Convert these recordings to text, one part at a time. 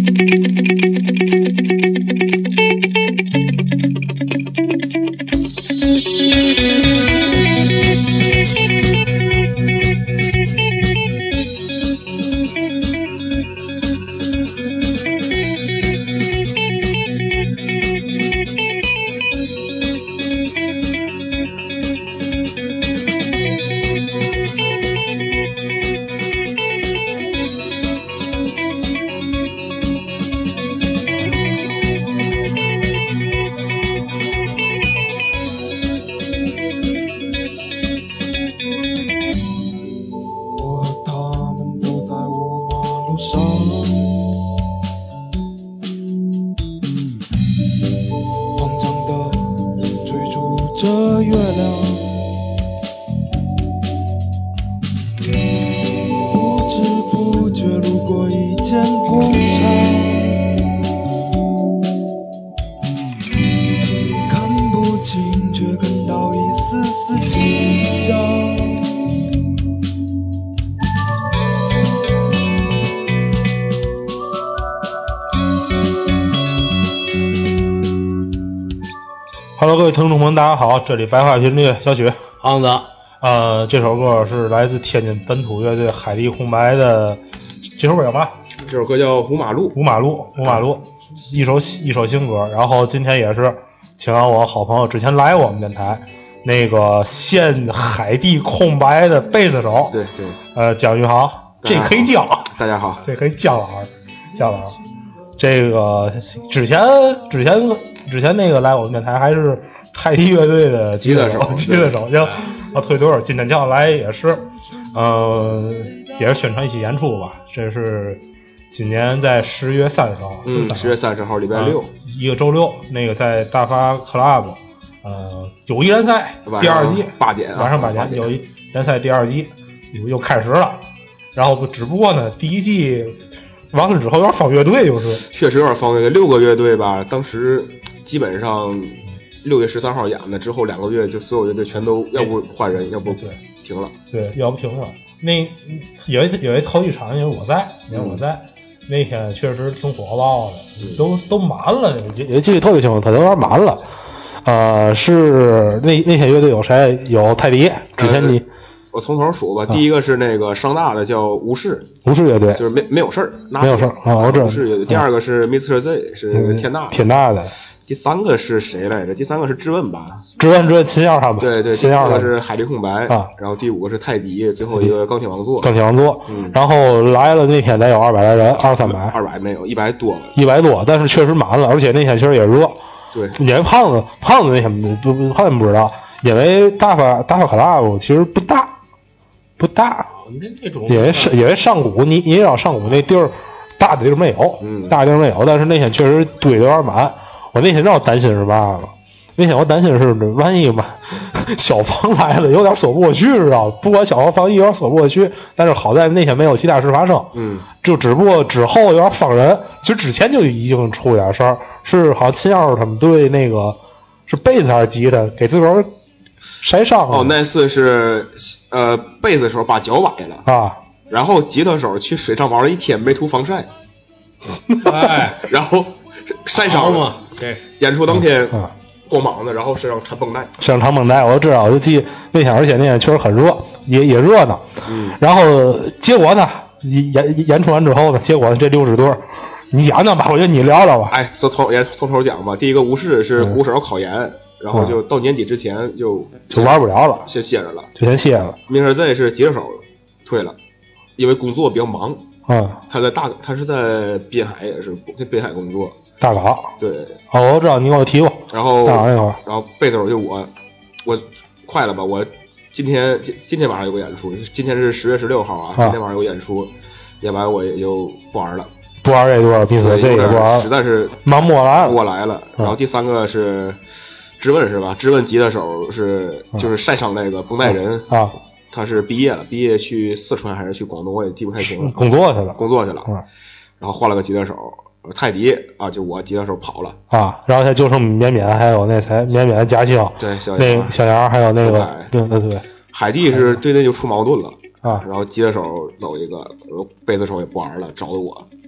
Hello， 各位听众朋友，大家好，这里白话频率小许胖子。 这首歌是来自天津本土乐队海地空白的，这首歌叫嘛？ 这首歌叫《五马路》。 五马路，一首新歌。然后今天也是请到我好朋友之前来我们电台那个现海地空白的贝斯手， 对， 蒋玉航，这可以叫， 大家好， 这可以叫老师。这个之前那个来我们电台还是海地乐队的吉他手，就退队，今天叫来也是，也是宣传一期演出吧。这是今年在10月30号 ，10月30号礼拜六， 一个周六，那个在大发 club，友谊联赛第二季 8点， 晚上8点，友谊联赛第二季又开始了。然后只不过呢，第一季完了之后有点放乐队，就是确实有点放乐队，6个乐队吧，当时基本上6月13号演的，之后2个月就所有乐队全都要不换人，要不停了。 对，要不停了。那有一头一场，因为我在那天确实挺火爆的，都满了。也记得特别清楚，它都有点满了。是那天乐队有谁？有泰迪。之前我从头数吧，第一个是那个上大的叫无视乐队， 就是没有事儿， 没有事儿啊，我知道。 无视乐队。第二个是 Mr. Z， 是天大的。第三个是谁来着？第三个是质问吧？质问秦耀他们。对，第四个是海地空白啊，然后第5个是泰迪，最后一个钢铁王座。然后来了那天得有200来人，200-300 没有100多， 但是确实满了，而且那天确实也热。 对， 因为胖子那天不知道，因为大发 club 其实不大， 那种因为上古你知道上古那地儿大的地儿没有，但是那天确实堆得有点满。我那天让我担心是嘛？那天我担心是万一嘛，消防来了有点锁不过去，知道不管消防防疫有点锁不过去，但是好在那天没有其他事发生。就只不过之后有点放人，其实之前就已经出点事儿，是好像秦耀他们队那个是贝斯还是吉他给自个儿晒伤了。 那次是贝斯手把脚崴了啊， 然后吉他手去水上玩了一天没涂防晒，然后晒伤了。对，演出当天光膀子，然后身上缠绷带， 我知道，我就记那天，而且那天确实很热，也热闹。然后结果呢，演出完之后呢，结果这6支队，你讲讲吧，我觉得你聊聊吧。 从头讲吧。第一个无视是鼓手要考研，然后就到年底之前就玩不了了， 先歇着了， 就先歇了。 Mr. Z 是吉他手退了，因为工作比较忙。他是在滨海，也是在滨海工作。 大港。 对。 我知道你给我提过。 然后大港那会儿， 然后贝斯手就我快了吧，我今天晚上有个演出，今天是10月16号啊，今天晚上有演出，演完我也就不玩了。 不玩这段，彼此这也不玩， 实在是忙不过来了。然后第三个是质问是吧？质问吉他手就是晒伤那个绷带人啊， 他是毕业去四川还是去广东，我也记不太清了。 工作去了。 然后换了个吉他手泰迪啊，就我吉他手跑了啊，然后他就剩绵还有那谁绵嘉庆， 对， 那小杨还有那个对， 海地是对那就出矛盾了啊，然后吉他手走一个，贝斯手也不玩了，找的我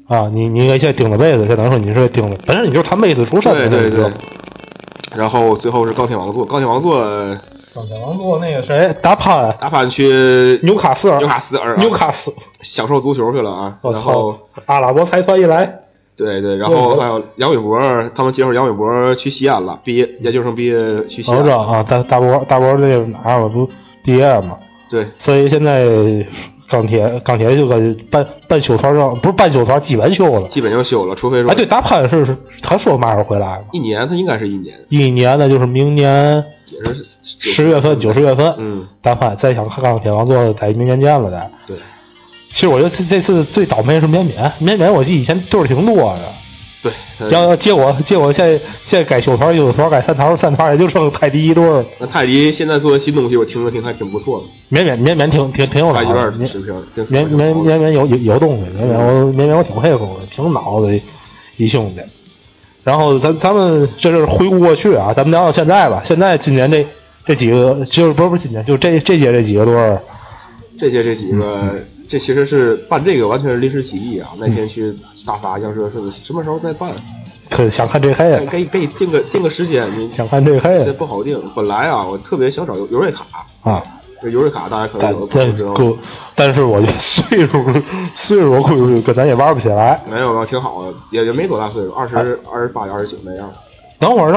啊，你应该现在盯着贝斯，就等于说你是盯着，本身你就是弹贝斯出身的。 对对对。然后最后是钢铁王座那个谁，达潘去纽卡斯尔享受足球去了啊。然后阿拉伯财团一来。 对对，然后还有杨伟博，他们介绍杨伟博去西安了，研究生毕业去西安。 我知道啊，大博这个哪儿我不毕业了嘛？ 对， 所以现在钢铁就跟办休团上，不是办休团，基本休了， 基本就休了，除非说。 哎，对，大潘是他说嘛时候回来吗 ？1年，他应该是1年。 1年呢，就是明年也是 10月份、90月份。 嗯， 大潘再想看钢铁王座，在明年见了的。 对。 其实我觉得这次最倒霉是绵绵，我记得以前队挺多的。 对， 结果现在该休团该散团也就剩泰迪一队了。 那泰迪现在做的新东西，我听还挺不错的。 绵绵挺有脑的。绵绵有东西，绵绵我挺佩服的，挺脑的一兄弟。然后咱们这是回顾过去啊，咱们聊到现在吧。现在今年这几个，就是不是今年，就这届这几个队， 这几个。这其实是办这个完全是临时起意啊！那天去大发样说什么时候再办？ 可想看这黑， 给定个时间，你想看这黑？ 这不好定。本来啊，我特别想找尤瑞卡啊， 这尤瑞卡大家可能有的知道。 但是我觉得岁数我估计跟咱也玩不起来。 没有，挺好的，也没多大岁数，28、29那样。 等会儿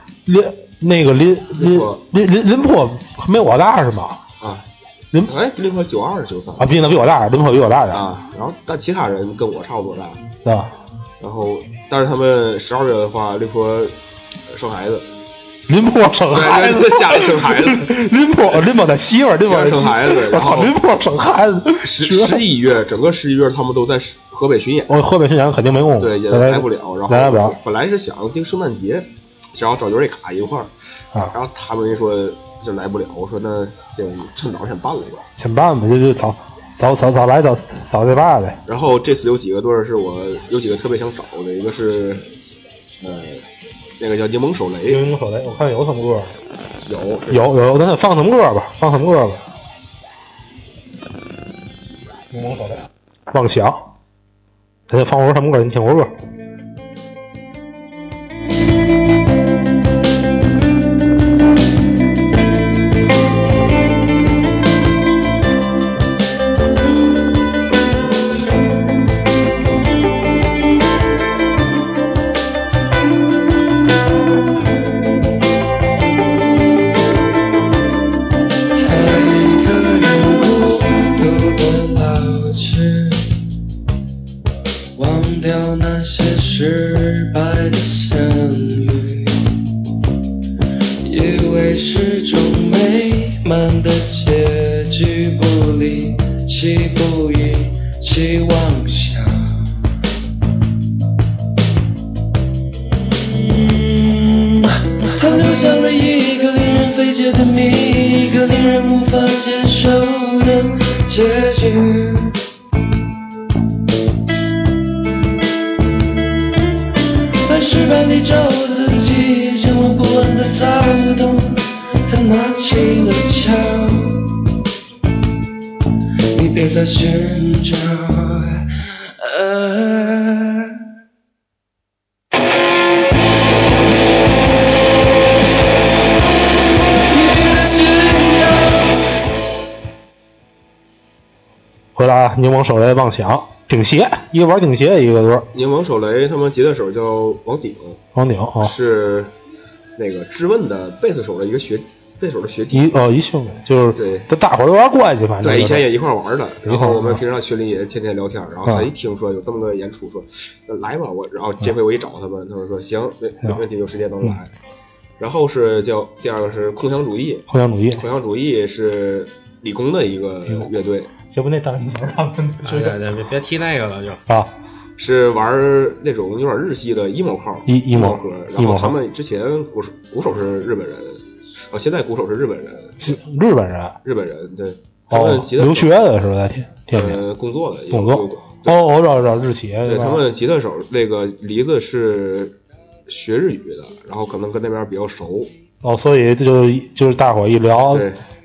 林坡没我大是吗？ 啊。林坡92、93 啊，比我大，林坡比我大点啊。然后但其他人跟我差不多大啊。 然后但是他们12月的话，林坡生孩子。 林坡生孩子， 家里生孩子。 林坡的媳妇儿，林坡生孩子。然后林坡生孩子。 11月，整个11月他们都在河北巡演。 河北巡演肯定没空。 对，也来不了。然后本来是想定圣诞节，想要找尤瑞卡一块儿啊。 然后他们说。就来不了，我说那趁早先办了吧。 先办吧，就早来早这办呗。 然后这次有几个队是我有几个特别想找的，一个是那个叫柠檬手雷。 我看有什么歌？ 有， 咱放什么歌吧？柠檬手雷，妄想。咱放会什么歌？你听会歌。回来啊！柠檬手雷妄想顶鞋，一个玩顶鞋，一个队。 柠檬手雷他们吉他手叫王鼎啊， 是那个质问的贝斯手的贝手的学弟。 一兄弟，就是对， 跟大伙儿有点关系，反正对，以前也一块玩的。然后我们平常群里也天天聊天，然后他一听说有这么个演出，说来吧，然后这回我一找他们，他们说行，没问题，有时间能来。然后是叫第二个是空想主义是理工的一个乐队。 这不那单词他们别提那个了就啊， 是玩那种有点日系的 emo 号 ，emo 歌。然后他们之前鼓手是日本人，现在鼓手是日本人，对，他们留学的是吧？在天工作的我知道日企。 对，他们吉他手那个梨子是学日语的，然后可能跟那边比较熟。 所以就是大伙一聊。 对。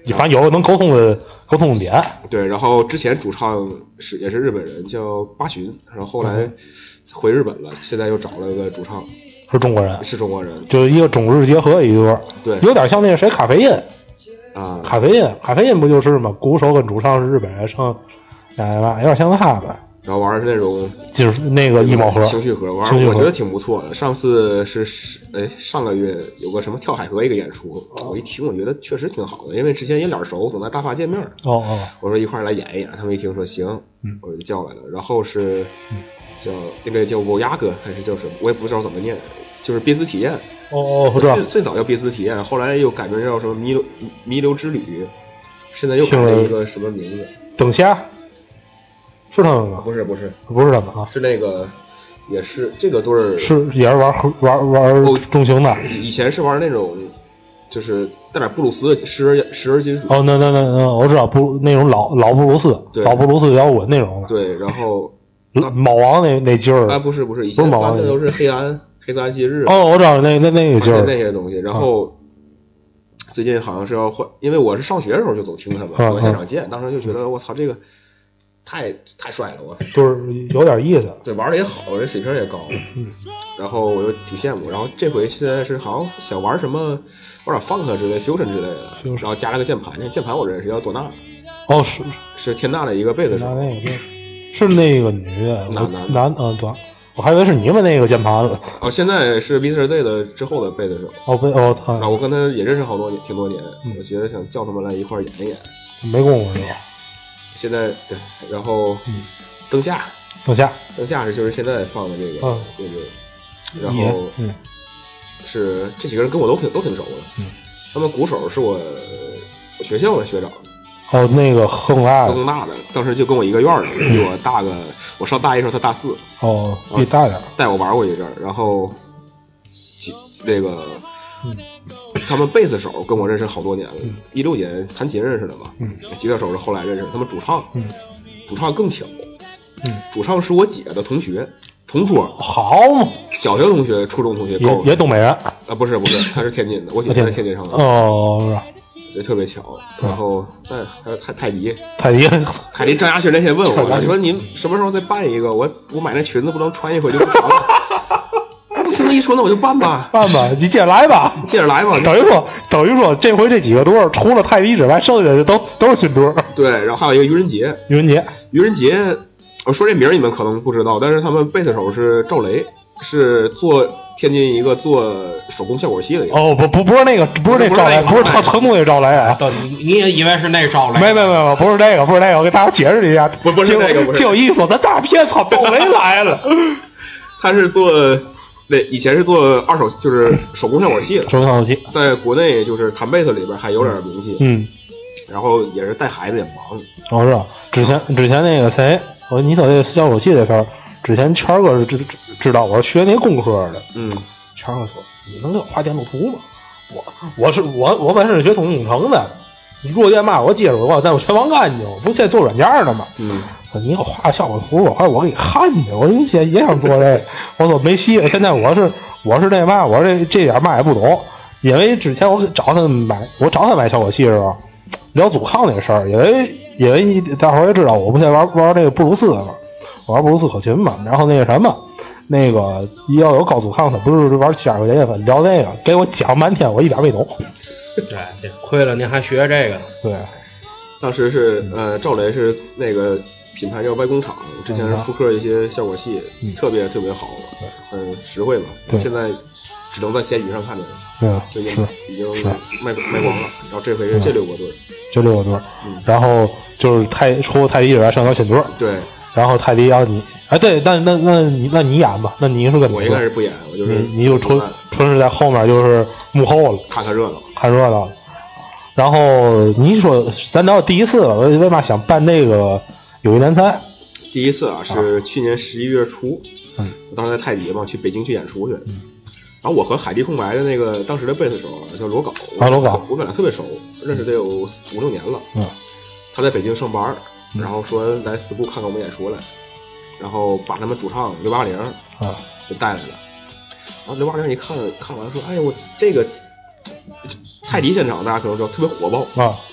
反正有个能沟通的点。 对，然后之前主唱也是日本人，叫八旬，然后后来回日本了，现在又找了一个主唱， 是中国人，就是一个中日结合一对。 对， 有点像那个谁咖啡因啊， 咖啡因不就是吗？鼓手跟主唱是日本人，有点像他们。 然后玩的是那种就是那个 emo 盒情绪盒，玩我觉得挺不错的。上次上个月有个什么跳海河一个演出，我一听我觉得确实挺好的，因为之前也脸熟，总在大发见面。我说一块来演一演，他们一听说行，我就叫来了。然后是叫那个叫我鸭哥还是叫什么，我也不知道怎么念，就是濒死体验。 我知道。 最早叫濒死体验，后来又改名叫什么弥留之旅，现在又改了一个什么名字？ 等下。是他们吗？ 不是他们啊， 是那个，也是这个队儿， 也是玩重型的。 以前是玩那种，就是带点布鲁斯时而金属。 那我知道那种老布鲁斯，老布鲁斯摇滚那种的。 对，然后猫王那劲儿。 不是，以前翻的都是黑色安息日。 我知道那个劲儿。 那些东西，然后最近好像是要换，因为我是上学的时候就总听他们做现场见，当时就觉得我操这个。太帅了，我就是有点意思， 对，玩的也好，人水平也高，然后我就挺羡慕。然后这回现在是好像想玩什么，玩点 funk 之类 fusion 之类的，然后加了个键盘，键盘我认识叫朵娜，是天大的一个贝斯手， 是那个女的，男对，我还以为是你们那个键盘了。 现在是 Mr. Z 的之后的贝斯手。然后我跟他也认识挺多年，我觉得想叫他们来一块演一演， 没功夫是吧？ 现在对，然后灯下是就是现在放的这个然后是这几个人跟我都挺熟的，他们鼓手是我学校的学长， 那个河东大的，当时就跟我一个院的，比我大个，我上大一时候他大4， 比大点， 带我玩过一阵儿，然后那个他们贝斯手跟我认识好多年了，16年弹琴认识的嘛，吉他手是后来认识的，他们主唱更巧，主唱是我姐的同桌， 好嘛， 小学同学、初中同学， 也东北人不是，他是天津的，我姐在天津上的，这特别巧。然后还有泰迪张亚勋那天问我，说您什么时候再办一个？我买那裙子不能穿一回就不成了。听他一说，那我就办吧， 你接着来吧。等于说，这回这几个队儿除了泰迪之外，剩下的都是新队儿。 对，然后还有一个愚人节，我说这名你们可能不知道，但是他们贝斯手是赵雷，是做天津一个做手工效果器的一个。 不是那个，不是那赵雷，不是成都那赵雷啊。 你也以为是那赵雷？ 没，不是那个，我给大家解释一下。 不是那个， 结果一说咱大片，操，赵雷来了。 他是以前是做二手，就是手工效果器的。 手工效果器在国内就是弹贝斯里边还有点名气。然后也是带孩子也忙。 是吧？之前那个谁，你说这个效果器这事儿，之前圈哥是知道我是学那个工科的。圈哥说你能给我画电路图吗？我本身是学通信工程的，你弱电嘛我接着我但我全忘干净，我不现在做软件的嘛。你给我画效果图，我给你看去。我以前也想做这，我说没戏了。现在我是那嘛，我这点嘛也不懂，因为之前我找他买效果器的时候聊阻抗那事儿，因为大伙儿也知道，我不现在玩这个布鲁斯嘛，我玩布鲁斯口琴嘛，然后那个什么，那个要有高阻抗，他不是玩70块钱粉聊那个，给我讲半天，我一点没懂。 对，亏了您还学这个。 对，当时是赵雷是那个品牌叫外工厂，之前是复刻一些效果器，特别特别好，很实惠嘛。现在只能在闲鱼上看见，最近已经卖光了。然后这回是这6个队， 然后就是除了泰迪以外，剩条新队。 对， 然后泰迪要你，对，那你演吧，那你是跟我应该是不演，我就是你就纯是在后面就是幕后了， 看热闹。 然后你说咱聊第一次了，为嘛想办这个友谊联赛？ 第一次是去年11月初，我当时在泰迪嘛，去北京去演出去。然后我和海地空白的那个当时的贝斯手叫罗镐，我们俩特别熟，认识得有5-6年了。他在北京上班，然后说来四库看看我们演出来，然后把他们主唱680就带来了。然后680一看完说：“哎呀，我这个泰迪现场大家可能知道特别火爆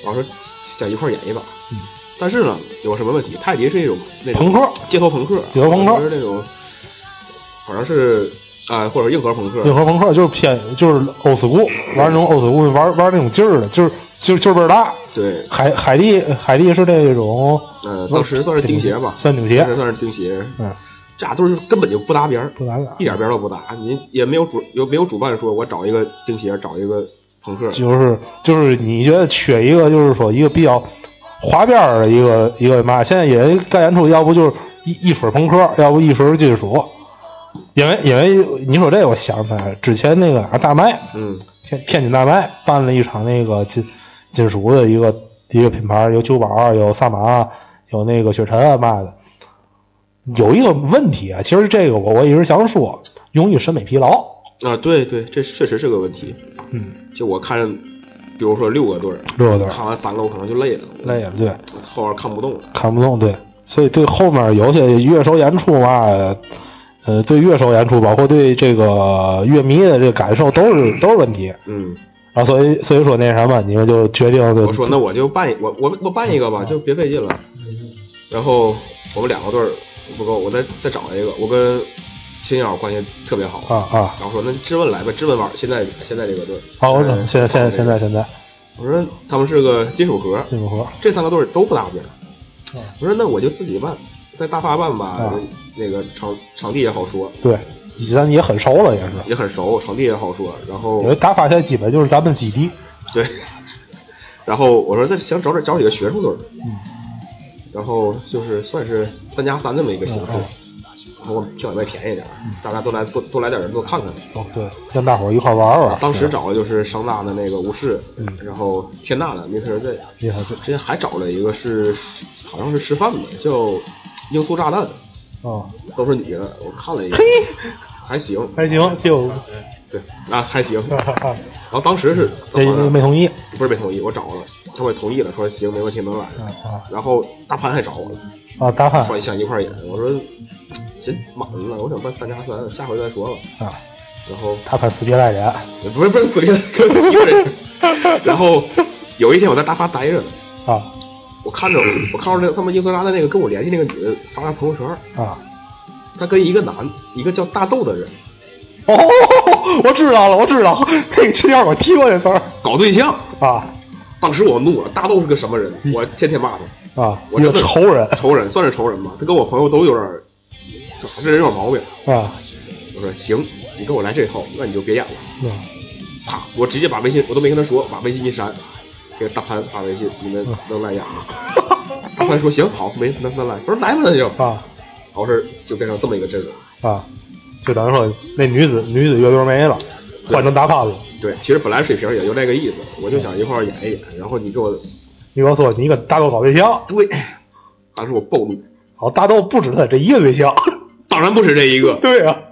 我说想一块演一把，但是呢，有什么问题？泰迪是一种那种朋克， 街头朋克，是那种，反正是或者硬核朋克， 就是偏就是欧斯库玩那种欧斯库玩那种劲儿的，就是倍儿大。 对， 海蒂是这种， 当时算是钉鞋吧， 算钉鞋， 算是钉鞋。这俩都是根本就不搭边儿，一点边都不搭。你也没有主办说我找一个钉鞋，找一个朋克， 就是你觉得缺一个，就是说一个比较滑边的一个嘛，现在也干演出，要不就是一水朋克，要不一水金属。因为你说这，我想起来之前那个大麦，天津大麦办了一场那个金属的一个品牌，有九宝，有萨马，有那个雪尘啊嘛的。有一个问题啊，其实这个我一直想说，容易审美疲劳啊。对，这确实是个问题。就我看，比如说6个队，看完3个我可能就累了， 对， 后面看不动， 对，所以对后面有些乐手演出嘛，对乐手演出，包括对这个乐迷的这个感受都是问题。然后所以说那什么，你们就决定我说那我就办我办一个吧，就别费劲了。然后我们2个队不够，我再找一个，我跟青鸟关系特别好啊。 然后说那质问来吧，质问玩现在这个队。 我知道，现在。 我说他们是个金属盒，这3个队都不搭边。我说那我就自己办，在大发办吧，那个场地也好说。 对，咱也很熟了， 也很熟，场地也好说。然后因为大发现在基本就是咱们基地。 对。然后我说再想找几个学生队。然后就是算是3+3这么一个形式，然后票也便宜点，大家都来点人多看看。 对，让大伙一块玩。 当时找的就是商大的那个巫师，然后天大的Mr. Z，之前还找了一个好像是吃饭的，叫罂粟炸弹。都是女的，我看了一眼，还行， 就对啊，还行。然后当时是没同意， 不是没同意，我找了。他们同意了，说行，没问题，能来。然后大潘还找我了大潘说想一块演，我说真满了，我想办3+3，下回再说吧。然后大潘死皮赖脸， 不是死皮赖脸，一个人。然后有一天我在大发待着我看着那他们英斯拉的那个跟我联系那个女的发了朋友圈她跟一个叫大豆的人。 我知道了，那个青鸟我提过这事儿， 搞对象当时我怒了，大豆是个什么人？我天天骂他我这仇人算是仇人吧。他跟我朋友都有点，这人有毛病我说行，你跟我来这套，那你就别演了。啪，我直接把微信，我都没跟他说，把微信一删，给大潘发微信，你们能来演吗？大潘说行，好，能来。我说来吧，那就好事就变成这么一个阵容就等于说那女子乐队没了，换成大潘了。 对，其实本来水平也就那个意思，我就想一块演一演，然后你跟我说你跟大豆搞对象。 对，当时我暴怒。 大豆不止他这一个对象， 当然不止这一个。 对啊。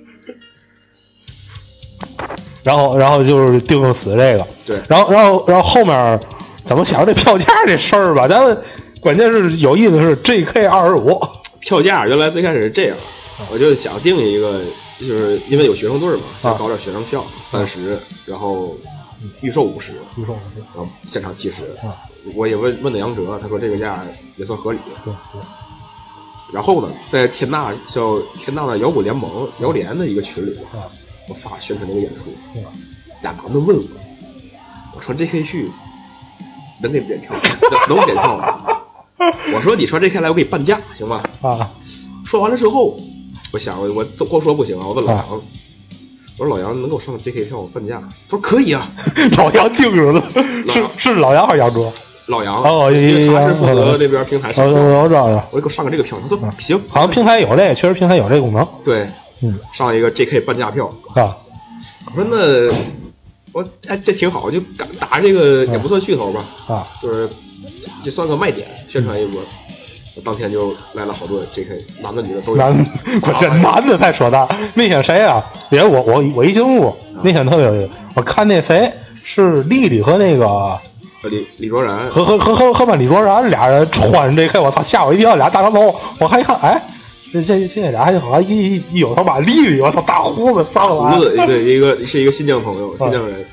然后就是定死这个。 对。 然后后面怎么想这票价这事儿吧？咱们关键是有意思是 JK25 票价原来最开始是这样，我就想定一个。就是因为有学生队嘛，想搞点学生票30，然后预售50，然后现场70。我也问的杨哲，他说这个价也算合理。 对。 然后呢，在天大的摇滚联盟摇联的一个群里，我发宣传那个演出，俩男的问我穿 JK 去能给免票？能免票吗？我说你穿 JK 来，我给你半价，行吧？说完了之后。我想我光说不行我问老杨，我说老杨能给我上 JK 票半价？他说可以啊。 老杨定着了，是老杨还是杨哲？ 老杨因为他是负责那边平台上我知道了。 我给我上个这个票，他说行， 好像平台有这个，确实平台有这个功能。 对，上一个 JK 半价票我说那这挺好，就敢打这个也不算噱头吧就是就算个卖点，宣传一波。当天就来了好多 JK， 男的女的都有。 男的太扯淡。那天谁啊？因为我一进屋，那天特别有意思。我看那谁是丽丽和那个李卓然和李卓然俩人穿 JK， 我操，吓我一跳，俩大长头。我还一看，哎，这俩还好像一有他妈丽丽，我操，大胡子上来。 胡子对，是一个新疆朋友，新疆人。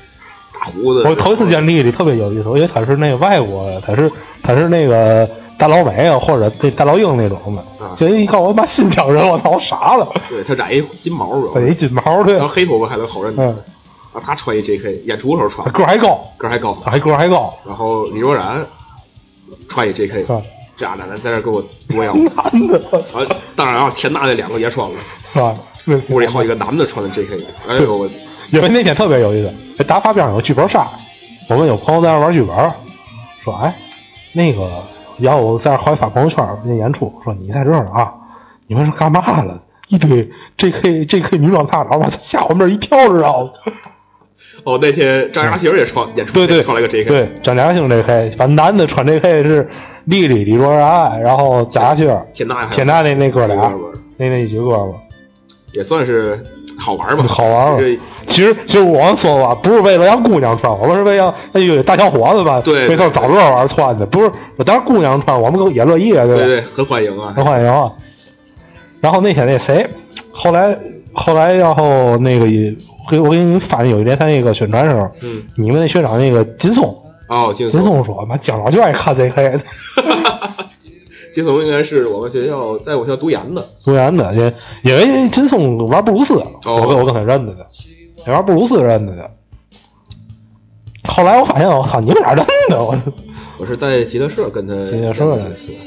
大胡子。 我头一次见丽丽特别有意思，因为她是那个外国的，她是那个大老美啊，或者那大老鹰那种的。结果一看我妈新疆人，我操，我傻了。 对，她染一金毛， 染一金毛，对。 然后黑头发还能好认。啊，他穿一 JK， 演出的时候穿， 个还高， 个还高， 个还高。 然后李若然穿一 JK， 这俩男的在这给我作妖。 男的， 当然啊，田大那两个也穿了， 是吧？ 屋里好几个男的穿的 JK， 哎呦我。 因为那天特别有意思，打发边上有剧本杀，我们有朋友在那玩剧本，说哎，那个要我在那后来发朋友圈那演出，说你在这儿啊，你们是干嘛了？一堆 JK 女装大佬把吓我们这一跳，知道吗？ 哦，那天张嘉兴也穿演出， 对， 穿了个 JK， 对，张嘉兴 JK， 反正男的穿 JK 是丽丽、李若然，然后贾兴、田大那哥俩，那几个哥们也算是好玩吧， 好玩。其实我们说吧，不是为了让姑娘穿，我们是为了那个大小伙子吧， 对， 没事找乐玩穿的，不是。当然姑娘穿，我们也乐意，对吧？ 对，很欢迎啊， 很欢迎啊。然后那天那谁，后来，然后那个我给你发有一年他那个宣传时候，你们那学长那个金松，金松说，妈姜老就爱看这黑的。 金松应该是我们学校在我学校读研的， 因为金松玩布鲁斯，我跟他认得的，也玩布鲁斯认得的。后来我发现，我靠，你们俩认得我是在吉他社跟他吉他社认识。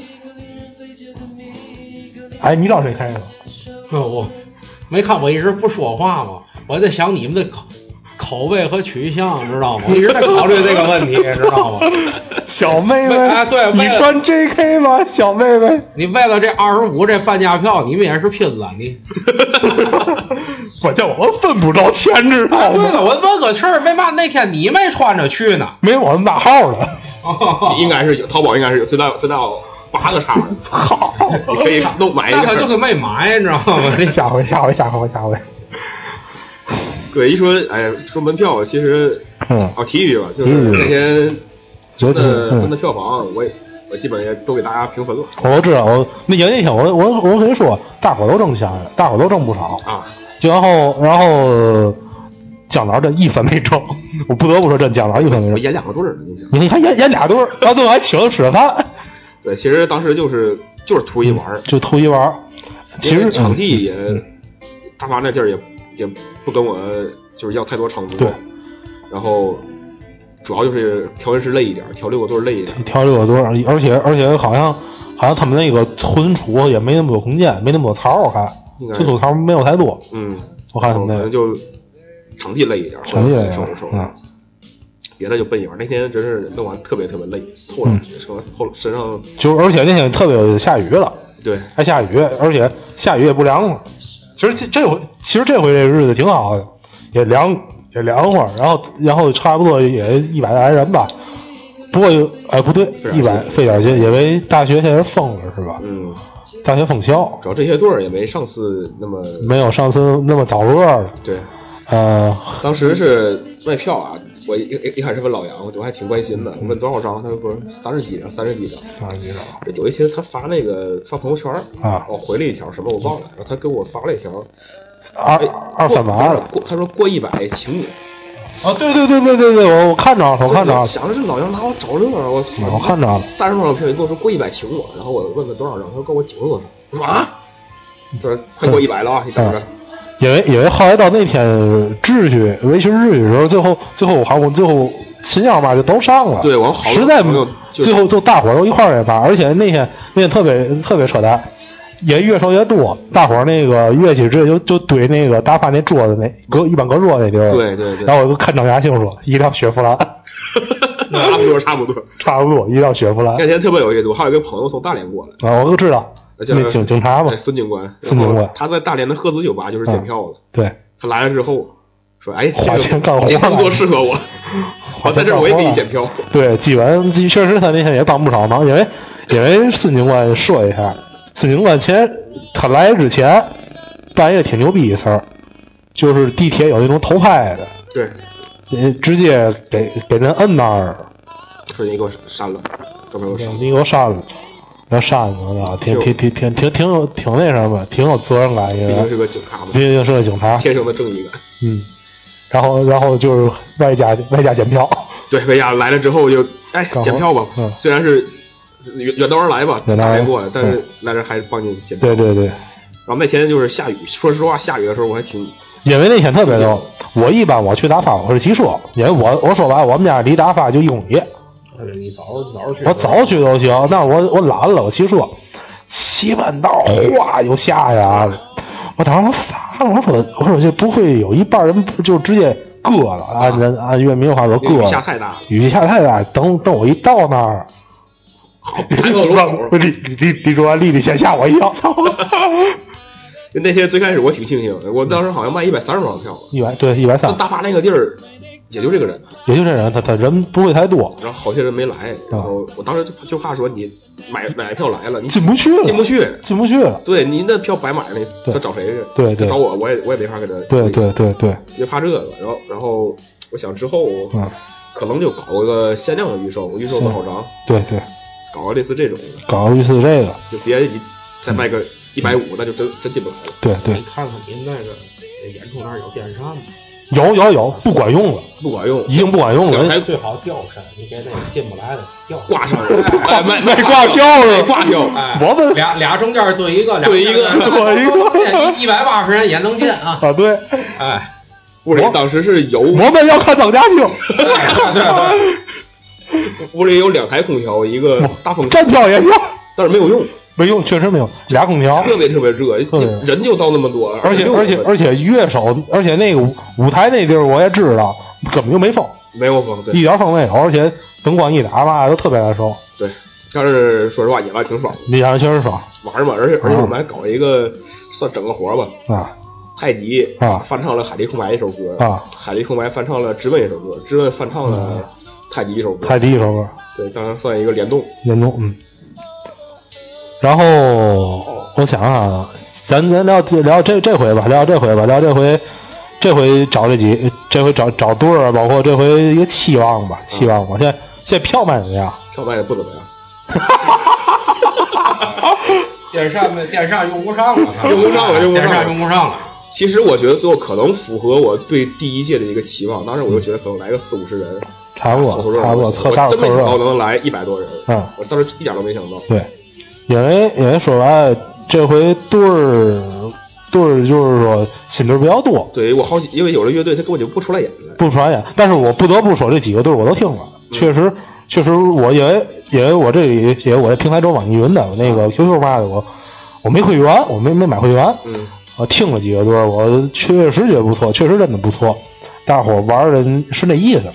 哎，你知道谁开的？ 我没看，我一直不说话嘛，我在想你们的口味和取向，知道吗？一直在考虑这个问题，知道吗？ 小妹妹啊，对， 你穿 JK 吗？小妹妹， 你为了这25这半价票，你们也是拼了你。 关键我分不着钱，知道吗？ 对了，我问个趣儿，为嘛那天你没穿着去呢？ 没我们大号的， 应该是有淘宝，应该是有最大8个叉。 操！ 你可以买一个。 他就是没买，你知道吗？ 下回。 对，一说说门票，其实体育吧，就是那天分的票房，我基本也都给大家评分了。 我知道，那天我跟你说，大伙都挣钱了，大伙都挣不少啊。 就然后姜老这1分没挣，我不得不说真姜老1分没挣。 我演2个队儿， 你还演俩队儿，然后最后还请吃饭。 对，其实当时就是图一玩， 就图一玩。其实场地也，大发那地儿也不跟我就是要太多场地。 对。然后主要就是调人是累一点，调6个队累一点。 调6个队，而且好像他们那个混储也没那么多空间，没那么多槽，我看混储槽没有太多。我看他们那个就场地累一点， 场地累收。别的就奔一玩，那天真是弄完特别特别累，透了身上就而且那天特别下雨了， 对， 还下雨，而且下雨也不凉快。其实这回这日子挺好的，也凉快，然后差不多也100来人吧。不过不对，100费点劲，因为大学现在封了是吧？大学封校， 主要这些队儿也没上次那么早热了。 对，当时是卖票啊。我一开始问老杨，我还挺关心的。我问多少张，他说不是30几张。这有一天他发朋友圈我回了一条什么我忘了，然后他给我发了一条 238了。 他说过100请你。 对，我看着了。 想着这老杨拿我找乐，我操！ 我看着了 ，30多张票，你跟我说过100请我，然后我问他多少张，他说跟我90多张。我说啊，他说快过100了啊，你等着。 因为后来到那天维持秩序的时候，最后我最后秦样吧就都上了。 对，我实在没有，最后就大伙儿都一块儿也罢，而且那天特别扯淡，也越收越多，大伙儿那个乐器直接就堆那个打发那桌子一般搁桌那地儿。 对。 然后我就看张嘉兴说一辆雪佛兰。 差不多， 一辆雪佛兰。 那天特别有意思，我还有一个朋友从大连过来啊，我都知道。那警察嘛， 孙警官，他在大连的赫兹酒吧就是检票的。 对， 他来了之后说：“哎， 花钱干活， 这工作适合我，我在这儿我也给你检票。” 对，基本确实他那天也帮不少忙，因为孙警官说一下，孙警官他来之前办一个挺牛逼的事儿，就是地铁有那种偷拍的， 对， 直接给人摁那儿， 说你给我删了，照片你给我删了。要删了，挺那什么，挺有责任感， 毕竟是个警察嘛， 天生的正义感。 然后就是外加检票。 对，外加来了之后就检票吧，虽然是远道而来吧，打没过来，但是来这还是帮你检票。 对。 然后那天就是下雨，说实话，下雨的时候我还挺， 因为那天特别热。我一般我去大发我是骑车，因为我说白，我们家离大发就1公里。 你早去， 我早去都行。那我懒了，我骑车，骑半道哗就下呀。我当时我傻了，我说这不会有一半人就直接搁了，按粤民话说搁了。 雨下太大， 等我一到那儿。李主任丽先吓我一跳， 那天最开始我挺庆幸的，我当时好像卖130多票 ，130。 大发那个地儿也就这个人， 他人不会太多， 然后好些人没来，然后我当时就怕说你买票来了，你进不去了， 对，你那票白买了，他找谁去？ 对， 找我也没法给他。 对， 就怕这个，然后我想之后可能就搞一个限量的预售多少张？ 对。 搞个类似这种， 就别你再卖个150，那就真进不来了。 对。 你看看您那个演出那儿有电扇吗？ 有，不管用了，已经不管用了。 还最好吊扇，你给那个进不来的吊挂上， 没挂吊了， 挂吊。 我们俩中间对一个，180人也能进啊。 对， 屋里当时是有， 我们要看张家兴。 屋里有2台空调，一个大风站票也行， 但是没有用， 确实没有，2空调， 特别热，人就到那么多， 而且乐手，而且那个舞台那地儿我也知道，根本就没风， 对， 一点风没有，而且灯光一打嘛都特别难受。 对，但是说实话也玩挺爽的， 你玩确实爽， 玩嘛，而且我们还搞一个算整个活吧，太极翻唱了海力空白一首歌海力空白翻唱了知问一首歌，知问翻唱了太极一首歌，对，当然算一个联动。 然后我想啊，咱聊这回吧，这回找这回找对儿，包括这回一个期望吧。现在票卖怎么样？ 票卖的不怎么样。 电扇用不上了， 电扇用不上了。其实我觉得最后可能符合我对第一届的一个期望，当时我就觉得可能来个40-50人。 差不多， 我真没想到能来100多人，我当时一点都没想到。 对，因为说白，这回对儿就是说新队比较多。 对，我好几，因为有的乐队他根本就不出来演， 但是我不得不说这几个队我都听了，确实，我因为我这里因为我这平台州网易云的那个 QQ 嘛的，我没会员，我没买会员，我听了几个队，我确实觉得不错，确实真的不错。大伙玩的是那意思，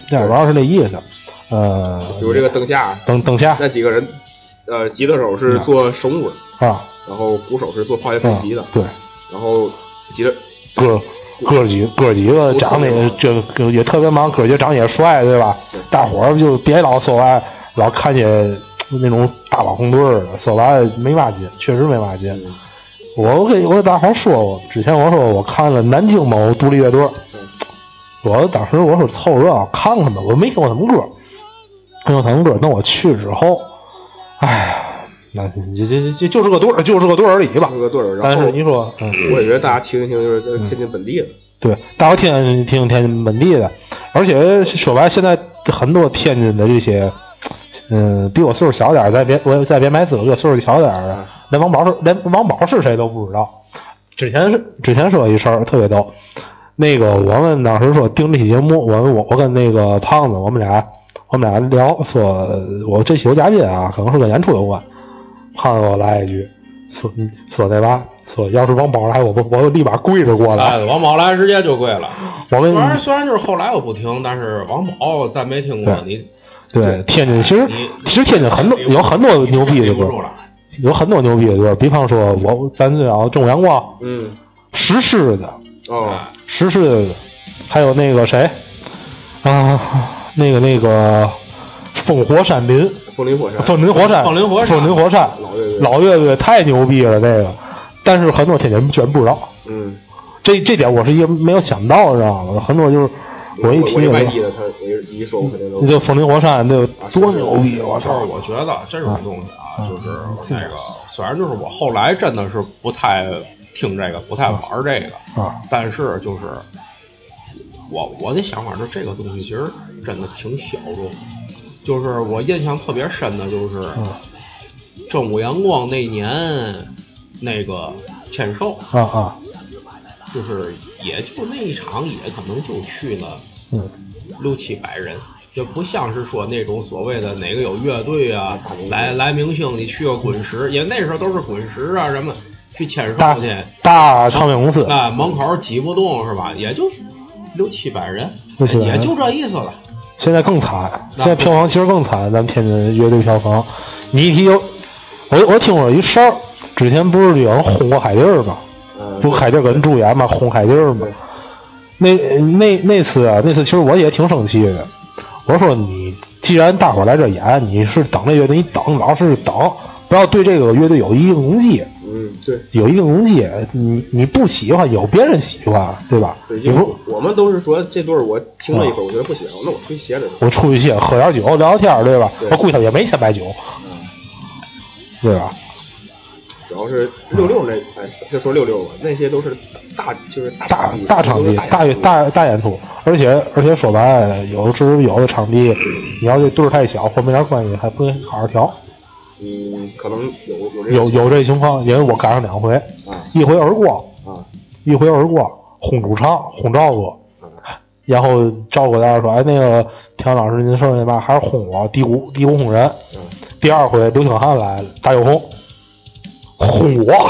比如这个灯下那几个人，吉他手是做生物的然后鼓手是做化学分析的， 对， 然后吉他哥几个长得也特别忙，哥几个长得也帅，对吧？大伙儿就别老说白老看见那种大网红队的，说白没嘛劲，确实没嘛劲。我给大伙儿说过，之前我说我看了南京某独立乐队。我当时我说凑热闹看看吧，我没听过他们歌，那我去之后，那就是个队而已吧，但是你说， 我也觉得大家听一听，就是在天津本地的， 对，大家听天津本地的，而且说白，现在很多天津的这些，比我岁数小点，我再别买资格，岁数小点的，连王宝是谁都不知道。之前说一事儿特别逗。那个我们当时说定这期节目，我跟那个胖子，我们俩聊，说我这期有嘉宾啊，可能是跟演出有关。胖子给我来一句，说那吧，说要是王宝来，我立马跪着过来。 王宝来直接就跪了。虽然就是后来我不听，但是王宝咱没听过。 对天津其实天津有很多牛逼的歌，有很多牛逼的歌，比方说咱这叫正阳光，石狮子。石狮子，还有那个谁那个烽火山林， 风林火山，老乐队太牛逼了这个，但是很多天津人居然不知道，这点我是一个没有想到，知道吗？很多就是我一提外地的，他一说我肯定都。 这风林火山这多牛逼！我操！ 我觉得这种东西就是那个，虽然就是我后来真的是不太听这个，不太玩这个但是就是我的想法是这个东西其实真的挺小众，就是我印象特别深的就是正午阳光那年那个签售就是也就那一场也可能就去了600-700人，就不像是说那种所谓的哪个有乐队啊来明星你去个滚石，因为那时候都是滚石啊什么去签售去大唱片公司啊，门口挤不动是吧？也就600-700人，也就这意思了。 现在更惨，现在票房其实更惨，咱们天津乐队票房。你一提我听说一事儿，之前不是有人轰过海地儿吗？不海地儿跟主演嘛，轰海地儿嘛。那次啊，那次其实我也挺生气的。我说你既然大伙来这演，你是等这乐队，你等老是等，不要对这个乐队有一定攻击。 对， 有一定攻击，你不喜欢，有别人喜欢，对吧？ 对，我们都是说这对我听了一会儿，我觉得不行，那我出去歇着。 我出去歇，喝点酒，聊聊天，对吧？我估计他也没钱买酒，对吧？ 主要是66那，就说66吧，那些都是就是大场地，大演出，而且说白了，有的场地，你要这队太小或没点关系，还不能好好调。 可能有这情况，因为我赶上2回，一回耳光，轰主唱，轰赵哥，然后赵哥在那说，哎，那个田老师您说那嘛，还是轰我低谷轰人。第2回刘星汉来了，大有红，轰我，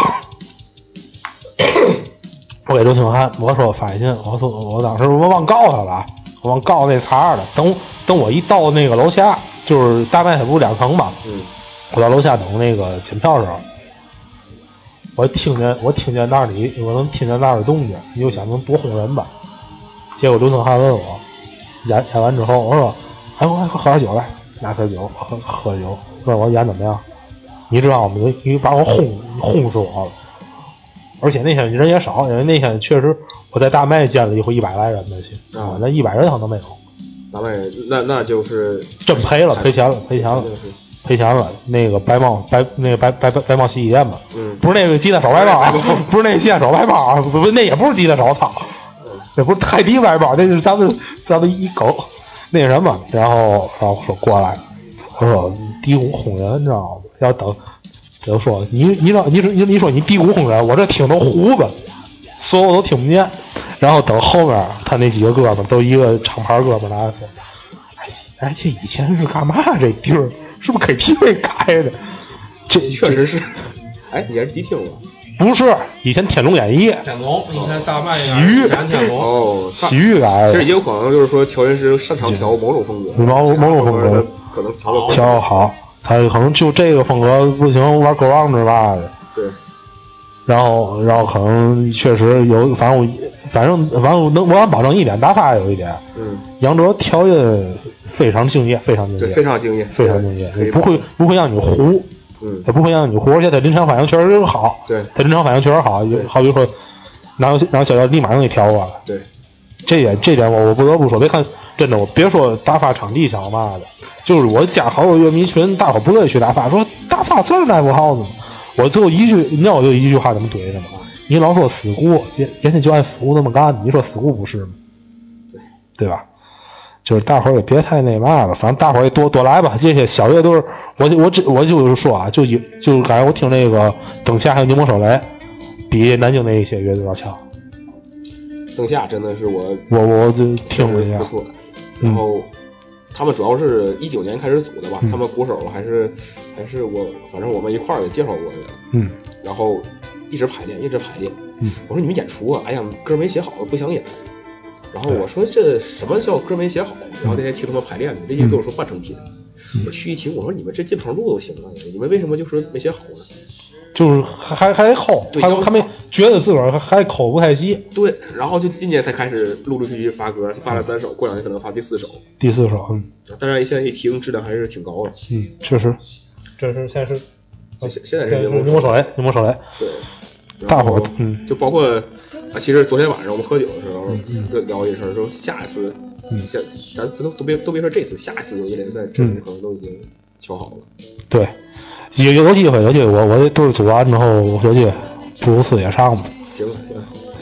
我给刘星汉我说发信，我当时我忘告他了，我忘告那茬了，等我一到那个楼下，就是大麦它不是2层嘛，我到楼下等那个检票的时候，我听见那里，我能听见那儿的动静，你就想能多轰人吧。结果刘胜汉问我，演完之后，我说，哎，我喝点酒来，拿瓶酒喝酒，问我演怎么样？你知道吗？你把我轰死我了。而且那天人也少，因为那天确实我在大麦见了一回100来人的去那100人可能没有。 大麦那就是真赔钱了，那个白帽洗衣店嘛，不是那个鸡蛋手白帽啊，不是那个鸡蛋手白帽啊，不，那也不是鸡蛋手操，那不是泰迪白帽，那是咱们一狗那什么，然后说过来，我说低谷轰人，你知道吗？要等，就说你说你低谷轰人，我这听都糊子，所有都听不见，然后等后面他那几个哥们都一个厂牌哥们来说，哎，这以前是干嘛这地儿？是不是 KTV 开的？ 这确实是。哎，也是迪厅吧？ 不是，以前天龙演艺。 天龙，以前大麦洗浴。 天龙。 哦， 洗浴改的。 其实也有可能就是说调音师擅长调某种风格。 某种风格可能调好，他可能就这个风格不行，玩 Go Round 之吧的。 对。 然后可能确实有，反正我敢保证一点，大发有一点。杨哲调音非常敬业，非常敬业，不会让你糊。他不会让你糊，而且他临场反应确实好。 对， 他临场反应确实好，好比说，然后小姚立马能给调过来。 对， 这点我不得不说，别看真的，我别说大发场地小嘛的，就是我加好友乐迷群，大伙不乐意去大发，说大发算是 live house 吗？我就一句，你知道我就一句话怎么怼的吗？你老说死固，人家就按死固那么干，你说死固不是吗？对吧？就是大伙儿也别太那嘛了，反正大伙儿也多来吧。这些小乐队，我就是说啊，就是刚才我听那个灯下还有柠檬手雷，比南京那些乐队要强。 灯下真的是我就听了一下， 不错。然后他们主要是19年开始组的吧，他们鼓手还是反正我们一块儿也介绍过的。然后一直排练。我说你们演出啊，哎呀歌没写好，不想演。然后我说这什么叫歌没写好？然后那天替他们排练的，这些跟我说半成品。我去一听，我说你们这进棚录都行了，你们为什么就说没写好呢？ 就是还抠，还没觉得自个儿还抠不太细。 对，然后就今年才开始陆续发歌，发了3首，过2天可能发第4首。当然现在一听质量还是挺高的。 确实，这是现在是现在是柠檬手雷。 对， 大伙就包括。其实昨天晚上我们喝酒的时候聊一声，说下一次，咱都别说这次，下一次友谊联赛，这可能都已经敲好了。 对，有机会，我这队组完之后，有机会布鲁斯也上吧。 行，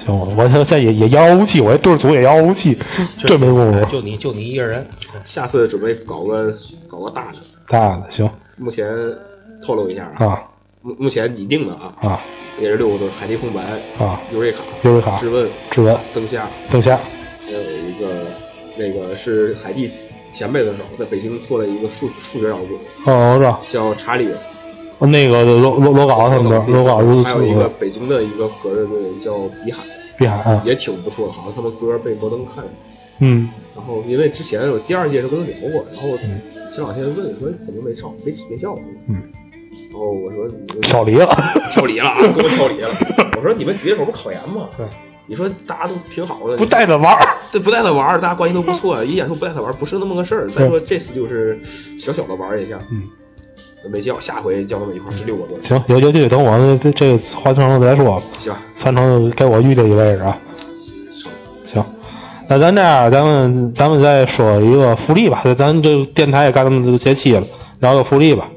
行，我现在也遥遥无期，我这队组也遥遥无期，真没功夫。 就你一个人， 下次准备搞个大的行。 目前透露一下啊，目前拟定的啊，也是6个队：海地空白啊， 尤瑞卡、质问、灯下，还有一个那个是海地前辈的时候在北京做了一个数学摇滚， 我知道， 叫查理。 那个罗高他们的罗高还有一个北京的一个合乐队叫碧海也挺不错，好像他们歌被摩登看了。然后因为之前有第2届是跟他聊过，然后前2天问说怎么没叫我，然后我说跳离了， 给我跳离了。我说你们几个手不考研吗？你说大家都挺好的， 不带他玩， 对，不带他玩，大家关系都不错，一演出不带他玩不是那么个事儿。再说这次就是小的玩一下，没叫，下回叫他们一块儿是6个队。 行，有机会等我这个换成再说。 行， 传承给我预定一位置啊。行，那咱这样，咱们再说一个福利吧。咱这个电台也干那么多节气了，聊个福利吧。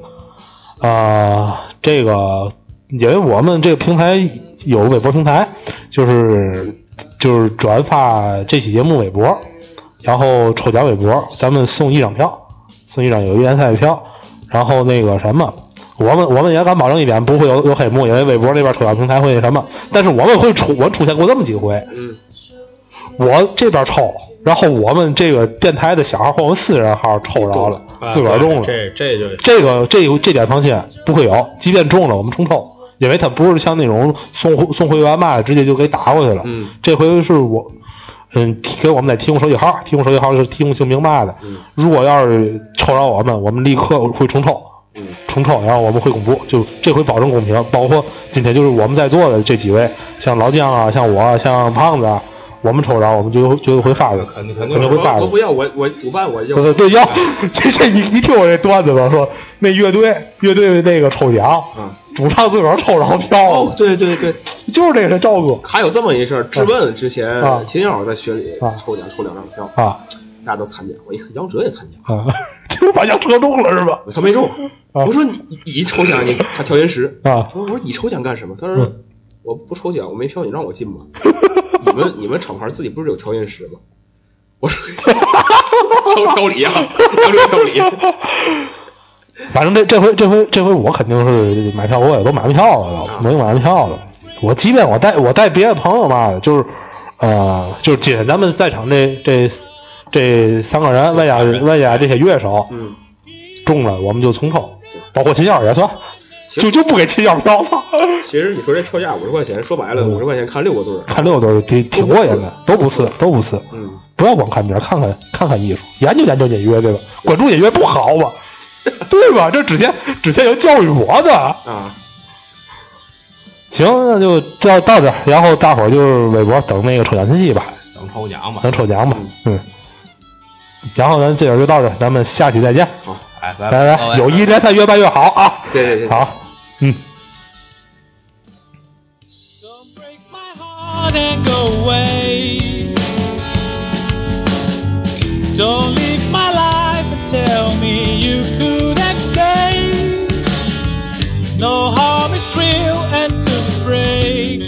这个因为我们这个平台有微博平台，就是转发这期节目微博，然后抽奖微博，咱们送1张票，送1张有联赛票。然后那个什么，我们也敢保证一点，不会有黑幕，因为微博那边抽奖平台会那什么，但是我们会我出现过这么几回，我这边抽，然后我们这个电台的小号或我们私人号抽着了，自个儿中了，这点放心不会有，即便中了我们重抽，因为它不是像那种送会员嘛的直接就给打过去了，这回是我给我们得提供手机号是提供姓名嘛的，如果要是抽着我们立刻会重抽，然后我们会公布，就这回保证公平，包括今天就是我们在座的这几位，像老姜啊，像我，像胖子啊，我们抽着我们就会发的，肯定会发的。 我不要，我主办我要。 对要，这你听我这段子吧，说那乐队那个抽奖，主唱自个儿抽着票。 哦，对，就是这个赵哥。 还有这么一事儿，质问之前秦瑶在群里抽奖抽2张票大家都参加，我一看杨哲也参加就把杨哲中了是吧？ 他没中，我说你抽奖他调音师我说你抽奖干什么？他说我不抽奖，我没票，你让我进吗？你们厂牌自己不是有调音师吗？我说调理啊，调理。 反正这回我肯定是买票，我也都买票了，没买票了。我即便我带别的朋友嘛，就是今天咱们在场这3个人，外加这些乐手，中了我们就重抽，包括秦耀也算。就不给秦耀票了。 其实你说这票价50块钱，说白了50块钱看6个队， 看6个队挺过瘾的，都不次。不要光看名，看看艺术，研究音乐，对吧？关注音乐不好吗？对吧？这之前有教育我的啊。 行，那就到这，然后大伙儿就是微博等那个抽奖信息吧， 等抽奖吧， 然后咱这点就到这，咱们下期再见。 好， 拜拜，友谊联赛越办越好啊！ 谢谢， 好， Don't leave my life and tell me you could have stayed. No harm is real and soon is break.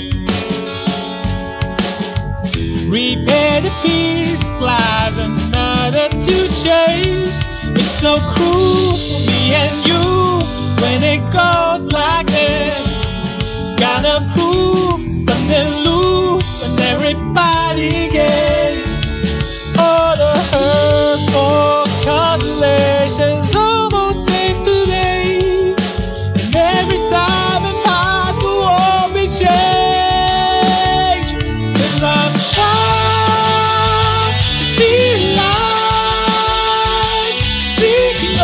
Repair the peace, flies another to chase. It's so cruel for me and you when it goes like this. Gotta prove something loose when everybody gets all the hurtful consolations almost safe today. And every time impossible won't be changed. 'Cause I'm trying to feel alive, seeking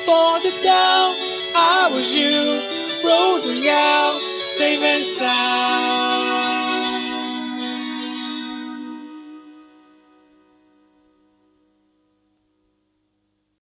before the dawn, I was you, rose and out, safe and sound.